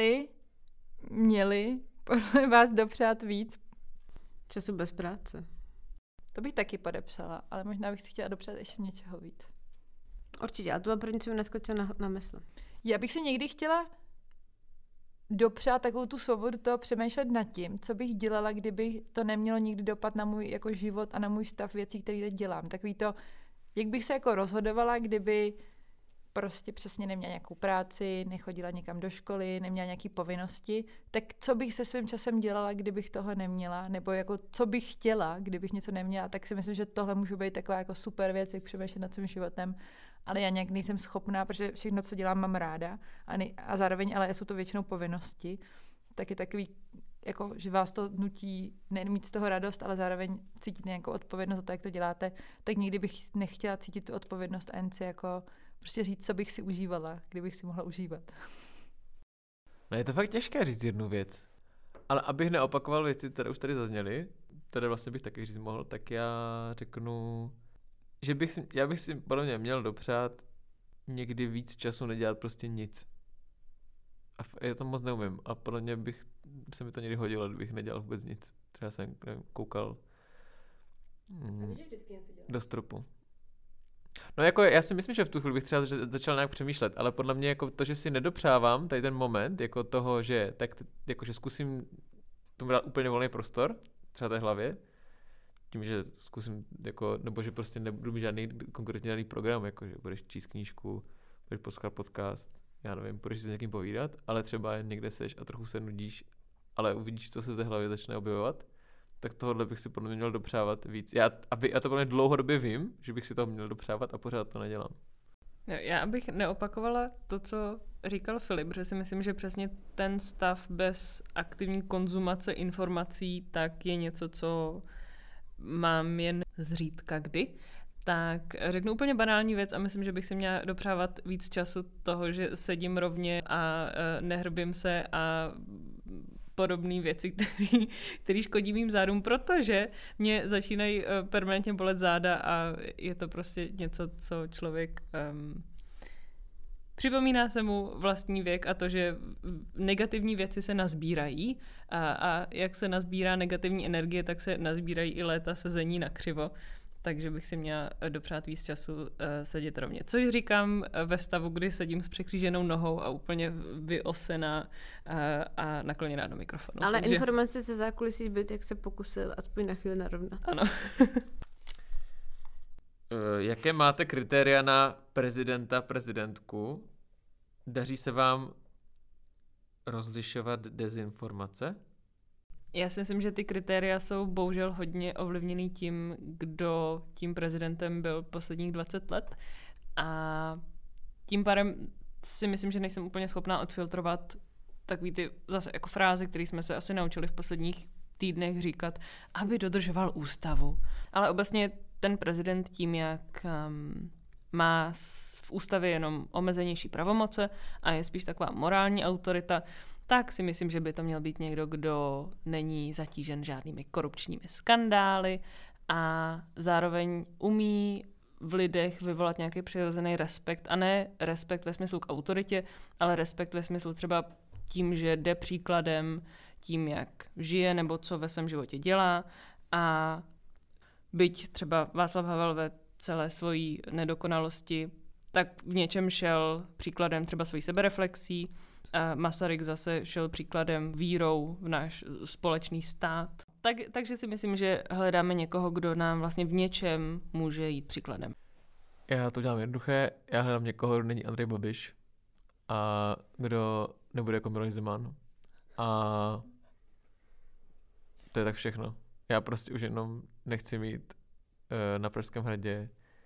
měli podle vás dopřát víc? Času bez práce. To bych taky podepsala, ale možná bych si chtěla dopřát ještě něčeho víc. Určitě, a to bylo první, co mi naskočilo na mysl. Já bych si někdy chtěla dopřát takovou tu svobodu toho přemýšlet nad tím, co bych dělala, kdyby to nemělo nikdy dopad na můj jako život a na můj stav věcí, které teď dělám. Takový to, jak bych se jako rozhodovala, kdyby prostě přesně neměla nějakou práci, nechodila někam do školy, neměla nějaké povinnosti, tak co bych se svým časem dělala, kdybych toho neměla, nebo jako co bych chtěla, kdybych něco neměla, tak si myslím, že tohle může být taková jako super věc, jak přemýšlet nad svým životem, ale já nějak nejsem schopná, protože všechno, co dělám, mám ráda a zároveň, ale jsou to většinou povinnosti, tak je takový, jako, že vás to nutí nejen mít z toho radost, ale zároveň cítit nějakou odpovědnost za to, jak to děláte, tak nikdy bych nechtěla cítit tu odpovědnost a jen si jako prostě říct, co bych si užívala, kdybych si mohla užívat. No je to fakt těžké říct jednu věc. Ale abych neopakoval věci, které už tady zazněly, které vlastně bych taky říct mohl, tak já řeknu, že já bych si podle mě měl dopřát někdy víc času nedělat prostě nic. A já to moc neumím. A podle mě se mi to někdy hodilo, kdybych nedělal vůbec nic. Třeba jsem koukal do stropu. No jako já si myslím, že v tu chvíli bych třeba začal nějak přemýšlet, ale podle mě jako to, že si nedopřávám tady ten moment, jako toho, že tak jakože zkusím tomu dát úplně volný prostor, třeba té hlavě, tím, že zkusím jako, nebo že prostě nebudu mít žádný konkrétně daný program, jako že budeš číst knížku, budeš poslouchat podcast, já nevím, budeš si s někým povídat, ale třeba někde seš a trochu se nudíš, ale uvidíš, co se v té hlavě začne objevovat, tak tohohle bych si podle mě měl dopřávat víc. Já to podle mě dlouhodobě vím, že bych si to měl dopřávat a pořád to nedělám. Já bych neopakovala to, co říkal Filip, protože si myslím, že přesně ten stav bez aktivní konzumace informací tak je něco, co mám jen zřídka kdy. Tak řeknu úplně banální věc a myslím, že bych si měla dopřávat víc času toho, že sedím rovně a nehrbím se a podobné věci, které škodí mým zádům, protože mě začínají permanentně bolet záda a je to prostě něco, co člověk Připomíná se mu vlastní věk a to, že negativní věci se nazbírají a jak se nazbírá negativní energie, tak se nazbírají i léta sezení na křivo. Takže bych si měla dopřát víc času sedět rovně. Což říkám ve stavu, kdy sedím s překříženou nohou a úplně vyosená a nakloněná do mikrofonu. Ale takže... informace ze zákulisí zbyt, jak se pokusil aspoň na chvíli narovnat. Ano. Jaké máte kritéria na prezidenta, prezidentku? Daří se vám rozlišovat dezinformace? Já si myslím, že ty kritéria jsou bohužel hodně ovlivněný tím, kdo tím prezidentem byl posledních 20 let. A tím pádem si myslím, že nejsem úplně schopná odfiltrovat takový ty zase jako fráze, které jsme se asi naučili v posledních týdnech říkat, aby dodržoval ústavu. Ale obecně ten prezident tím, jak má v ústavě jenom omezenější pravomoce a je spíš taková morální autorita, tak si myslím, že by to měl být někdo, kdo není zatížen žádnými korupčními skandály a zároveň umí v lidech vyvolat nějaký přirozený respekt a ne respekt ve smyslu k autoritě, ale respekt ve smyslu třeba tím, že jde příkladem tím, jak žije nebo co ve svém životě dělá a byť třeba Václav Havel ve celé svojí nedokonalosti, tak v něčem šel příkladem třeba svojí sebereflexí, a Masaryk zase šel příkladem vírou v náš společný stát. Takže si myslím, že hledáme někoho, kdo nám vlastně v něčem může jít příkladem. Já to dělám jednoduché, já hledám někoho, kdo není Andrej Babiš a kdo nebude jako Miloš Zeman. A to je tak všechno. Já prostě už jenom nechci mít na Pražském hradě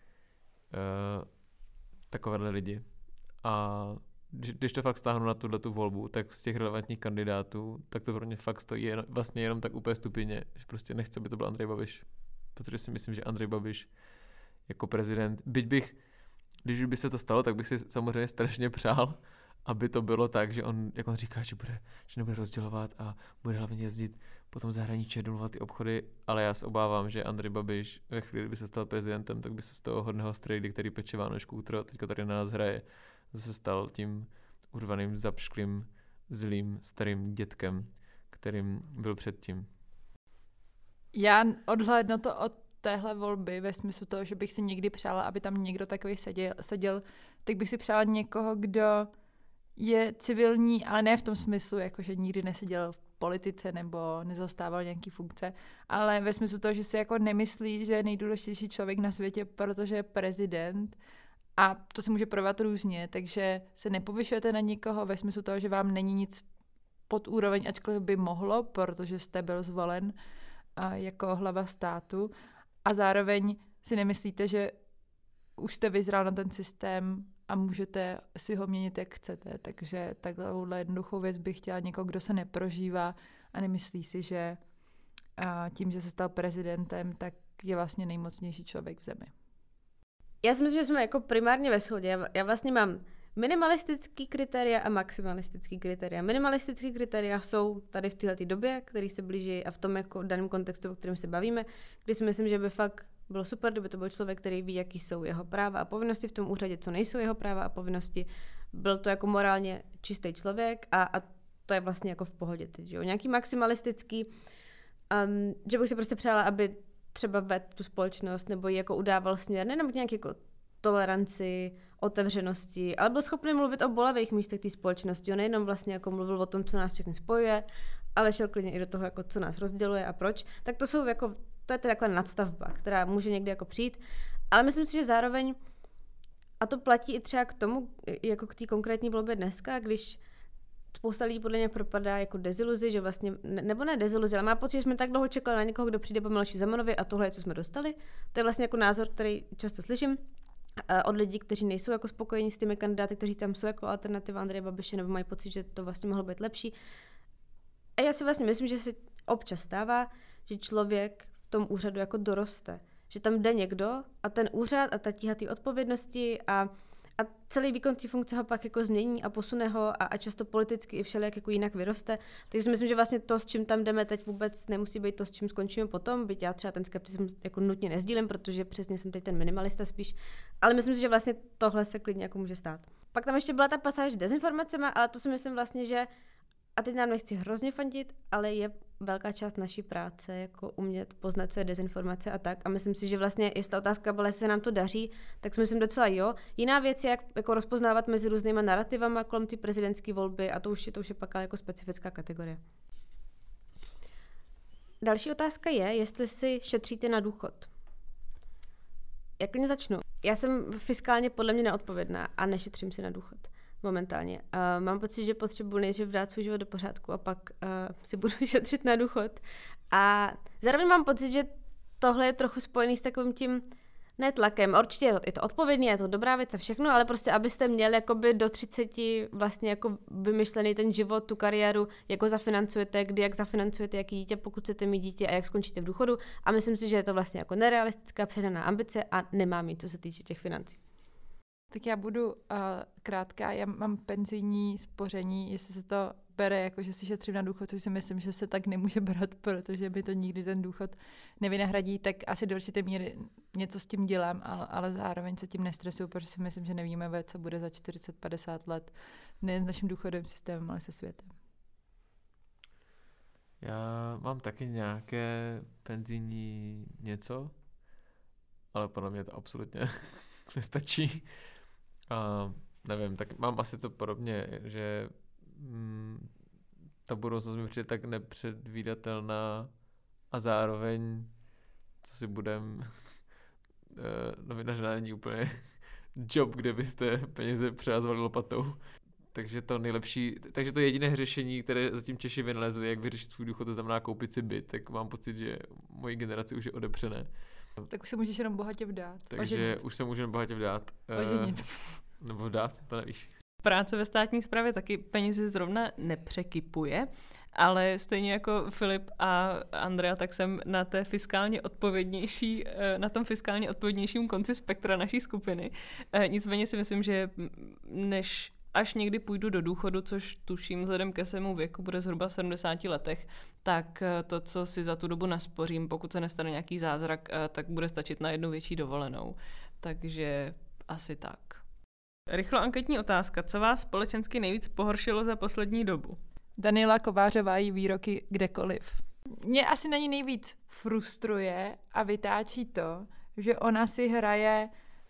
takovéhle lidi. A když to fakt stáhnu na tuhletu volbu, tak z těch relevantních kandidátů, tak to pro mě fakt stojí vlastně jenom tak úplně stupidně, že prostě nechci, aby to byl Andrej Babiš. Protože si myslím, že Andrej Babiš jako prezident, když by se to stalo, tak bych si samozřejmě strašně přál, aby to bylo tak, že on, jak on říká, že nebude rozdělovat a bude hlavně jezdit po tom zahraničí, domluvat ty obchody, ale já se obávám, že Andrej Babiš ve chvíli, by se stal prezidentem, tak by se z toho hodného strejdy, který peče Vánošku útro, teďka tady na nás hraje, zase stal tím urvaným, zapšklým, zlým, starým dětkem, kterým byl předtím. Já odhlédnu to od téhle volby ve smyslu toho, že bych si někdy přála, aby tam někdo takový seděl, tak bych si přála někoho, kdo je civilní, ale ne v tom smyslu, jako že nikdy neseděl v politice nebo nezastával nějaký funkce, ale ve smyslu toho, že si jako nemyslí, že je nejdůležitější člověk na světě, protože je prezident. A to se může projevovat různě, takže se nepovyšujete na někoho ve smyslu toho, že vám není nic pod úroveň, ačkoliv by mohlo, protože jste byl zvolen jako hlava státu. A zároveň si nemyslíte, že už jste vyzral na ten systém a můžete si ho měnit, jak chcete. Takže takovouhle jednoduchou věc bych chtěla někoho, kdo se neprožívá a nemyslí si, že tím, že se stal prezidentem, tak je vlastně nejmocnější člověk v zemi. Já si myslím, že jsme jako primárně ve shodě. Já vlastně mám minimalistický kritéria a maximalistický kritéria. Minimalistický kritéria jsou tady v této době, který se blíží a v tom jako daném kontextu, o kterém se bavíme, kdy si myslím, že by fakt bylo super, kdyby to byl člověk, který ví, jaký jsou jeho práva a povinnosti v tom úřadě, co nejsou jeho práva a povinnosti. Byl to jako morálně čistý člověk a to je vlastně jako v pohodě teď. Jo? Nějaký maximalistický, že bych si prostě přála, aby třeba vedl tu společnost nebo ji jako udával směr, nejenom k nějaké jako toleranci, otevřenosti, ale byl schopný mluvit o bolavých místech té společnosti. On nejenom vlastně jako mluvil o tom, co nás všechny spojuje, ale šel klidně i do toho, jako co nás rozděluje a proč. Tak to jsou jako, to je taková nadstavba, která může někdy jako přijít, ale myslím si, že zároveň, a to platí i třeba k tomu, jako k té konkrétní volbě dneska, když spousta lidí podle mě propadá jako deziluzi, že vlastně, nebo ne deziluzi, ale má pocit, že jsme tak dlouho čekali na někoho, kdo přijde po Miloši Zemanovi a tohle je, co jsme dostali. To je vlastně jako názor, který často slyším od lidí, kteří nejsou jako spokojení s těmi kandidáty, kteří tam jsou jako alternativa Andreje Babiše, nebo mají pocit, že to vlastně mohlo být lepší. A já si vlastně myslím, že se občas stává, že člověk v tom úřadu jako doroste. Že tam jde někdo a ten úřad a ta tíha té odpovědnosti a celý výkon té funkce ho pak jako změní a posune ho a často politicky i všelijak jako jinak vyroste. Takže si myslím, že vlastně to, s čím tam jdeme teď, vůbec nemusí být to, s čím skončíme potom, byť já třeba ten skepticismus jako nutně nezdílím, protože přesně jsem teď ten minimalista spíš, ale myslím si, že vlastně tohle se klidně jako může stát. Pak tam ještě byla ta pasáž s dezinformacemi, ale to si myslím vlastně, že, a teď nám nechci hrozně fandit, ale je velká část naší práce, jako umět poznat, co je dezinformace a tak. A myslím si, že vlastně, jestli ta otázka byla, jestli se nám to daří, tak si myslím docela jo. Jiná věc je, jak jako rozpoznávat mezi různýma narrativama kolem ty prezidentské volby a to už je pak jako specifická kategorie. Další otázka je, jestli si šetříte na důchod. Jak klidně začnu. Já jsem fiskálně podle mě neodpovědná a nešetřím si na důchod momentálně. Mám pocit, že potřebuji nejdřív dát svůj život do pořádku a pak si budu šetřit na důchod. A zároveň mám pocit, že tohle je trochu spojený s takovým tím netlakem. Určitě je to odpovědný, je to dobrá věc a všechno, ale prostě abyste měli jakoby do 30 vlastně jako vymyšlený ten život, tu kariéru, jak ho zafinancujete, kdy jak zafinancujete jaký dítě, pokud chcete mít dítě a jak skončíte v důchodu. A myslím si, že je to vlastně jako nerealistická přehnaná ambice a nemám jí, co se týče těch financí. Tak já budu krátká, já mám penzijní spoření, jestli se to bere jako, že si šetřím na důchod, což si myslím, že se tak nemůže brát, protože by to nikdy ten důchod nevynahradí, tak asi do určité míry něco s tím dělám, ale zároveň se tím nestresuju, protože si myslím, že nevíme, co bude za 40-50 let, nejen s naším důchodovým systémem, ale se světem. Já mám taky nějaké penzijní něco, ale podle mě to absolutně nestačí. A nevím, tak mám asi to podobně, že ta budoucnost mi přijde tak nepředvídatelná a zároveň, co si budem, novinařina není úplně job, kde byste peníze přehazovali lopatou. Takže to jediné řešení, které zatím Češi vynalezli, jak vyřešit svůj důchod, to znamená koupit si byt, tak mám pocit, že mojí generaci už je odepřené. Tak už se můžeš jenom bohatě vdát. Takže oženit. Už se můžeme bohatě vdát. Oženit. Nebo vdát, to nevíš. Práce ve státní správě taky peníze zrovna nepřekypuje, ale stejně jako Filip a Andrea, tak jsem na tom fiskálně odpovědnějším konci spektra naší skupiny. Nicméně si myslím, že až někdy půjdu do důchodu, což tuším vzhledem ke svému věku bude zhruba v 70 letech, tak to, co si za tu dobu naspořím, pokud se nestane nějaký zázrak, tak bude stačit na jednu větší dovolenou. Takže asi tak. Rychlo anketní otázka. Co vás společensky nejvíc pohoršilo za poslední dobu? Daniela Kovářová jí výroky kdekoliv. Mě asi na ní nejvíc frustruje a vytáčí to, že ona si hraje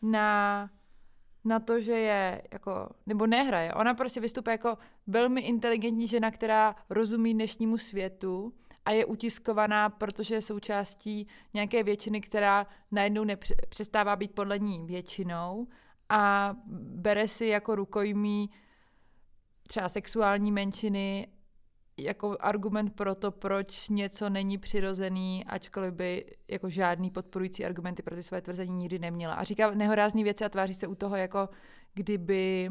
na to, že je jako, nebo nehraje. Ona prostě vystupuje jako velmi inteligentní žena, která rozumí dnešnímu světu a je utiskovaná, protože je součástí nějaké většiny, která najednou přestává být podle ní většinou a bere si jako rukojmí třeba sexuální menšiny jako argument pro to, proč něco není přirozený, ačkoliv by jako žádný podporující argumenty pro ty své tvrzení nikdy neměla. A říká nehorázný věci a tváří se u toho, jako kdyby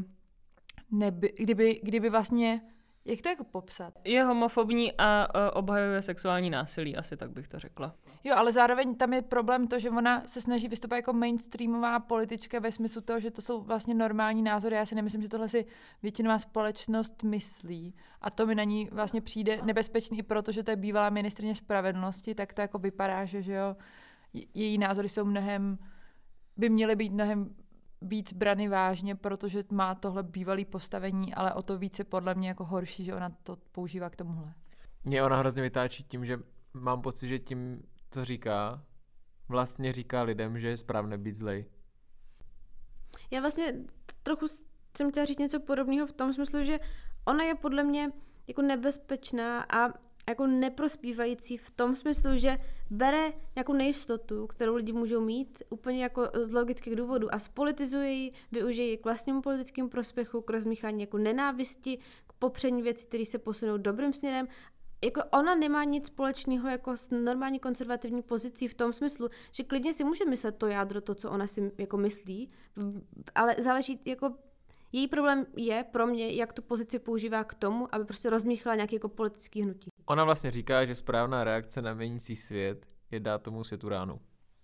vlastně, jak to jako popsat? Je homofobní a obhajuje sexuální násilí, asi tak bych to řekla. Jo, ale zároveň tam je problém to, že ona se snaží vystupovat jako mainstreamová politička ve smyslu toho, že to jsou vlastně normální názory. Já si nemyslím, že tohle si většinová společnost myslí. A to mi na ní vlastně přijde nebezpečný, protože to je bývalá ministryně spravedlnosti, tak to jako vypadá, že jo, její názory jsou by měly být mnohem víc brany vážně, protože má tohle bývalý postavení, ale o to více podle mě jako horší, že ona to používá k tomuhle. Mě ona hrozně vytáčí tím, že mám pocit, že tím, co říká, vlastně říká lidem, že je správné být zlej. Já vlastně trochu jsem chtěla říct něco podobného v tom smyslu, že ona je podle mě jako nebezpečná a jako neprospívající v tom smyslu, že bere nějakou nejistotu, kterou lidi můžou mít, úplně jako z logických důvodů a spolitizuje ji, využije ji k vlastnímu politickému prospěchu, k rozmíchání jako nenávisti, k popření věcí, které se posunou dobrým směrem. Jako ona nemá nic společného jako s normální konzervativní pozicí v tom smyslu, že klidně si může myslet to jádro, to, co ona si jako myslí, ale záleží jako její problém je pro mě, jak tu pozici používá k tomu, aby prostě rozmíchala nějaké jako politické hnutí. Ona vlastně říká, že správná reakce na měnící svět je dát tomu světu ránu.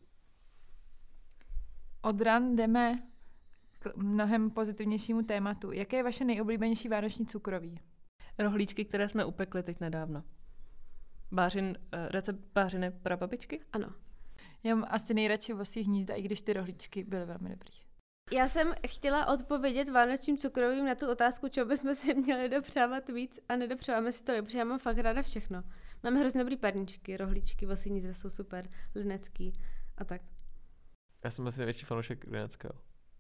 Od ran jdeme k mnohem pozitivnějšímu tématu. Jaké je vaše nejoblíbenější vánoční cukroví? Rohlíčky, které jsme upekli teď nedávno. Recept vářené prababičky? Ano. Já mám asi nejradši vosí hnízda, i když ty rohlíčky byly velmi dobrý. Já jsem chtěla odpovědět vánočním cukrovým na tu otázku, čeho bychom si měli dopřávat víc a nedopřáváme si to, protože já mám fakt ráda všechno. Máme hrozně dobrý perníčky, rohlíčky, vosenice jsou super, linecký a tak. Já jsem asi největší fanoušek lineckého.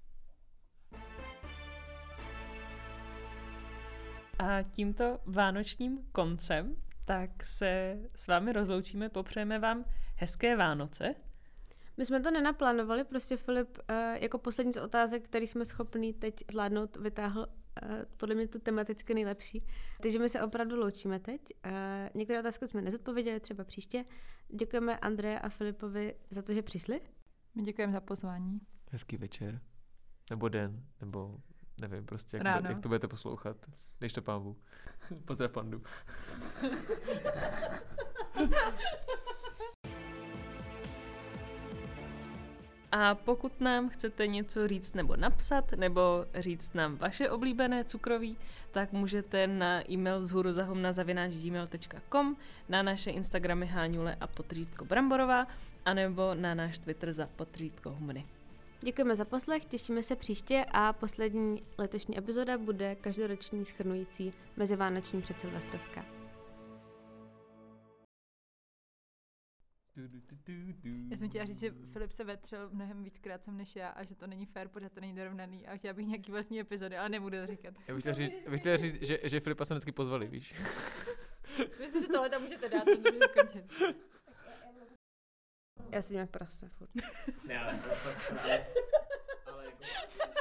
A tímto vánočním koncem tak se s vámi rozloučíme, popřejeme vám hezké Vánoce. My jsme to nenaplánovali, prostě Filip jako poslední z otázek, který jsme schopní teď zvládnout, vytáhl podle mě tu tematicky nejlepší. Takže my se opravdu loučíme teď. Některé otázky jsme nezodpověděli, třeba příště. Děkujeme Andreji a Filipovi za to, že přišli. My děkujeme za pozvání. Hezký večer. Nebo den, nebo nevím prostě, jak to budete poslouchat. Když to pán Bůh. Pozdrav pandu. A pokud nám chcete něco říct nebo napsat, nebo říct nám vaše oblíbené cukroví, tak můžete na e-mail vzhuruzahumna@gmail.com, na naše Instagramy Háňule a _Bramborová, anebo na náš Twitter za _Humny. Děkujeme za poslech, těšíme se příště a poslední letošní epizoda bude každoroční shrnující mezivánoční předsilvestrovská. Já jsem chtěla říct, že Filip se vetřel mnohem víckrát sem než já a že to není fair, protože to není dorovnaný a chtěla bych nějaký vlastní epizody, ale nebudu to říkat. Já bych chtěl říct, že Filipa se vždycky pozvali, víš? Myslím, že tohle tam můžete dát, to můžete skončit. Já si jak prase furt. Ne, ale jako...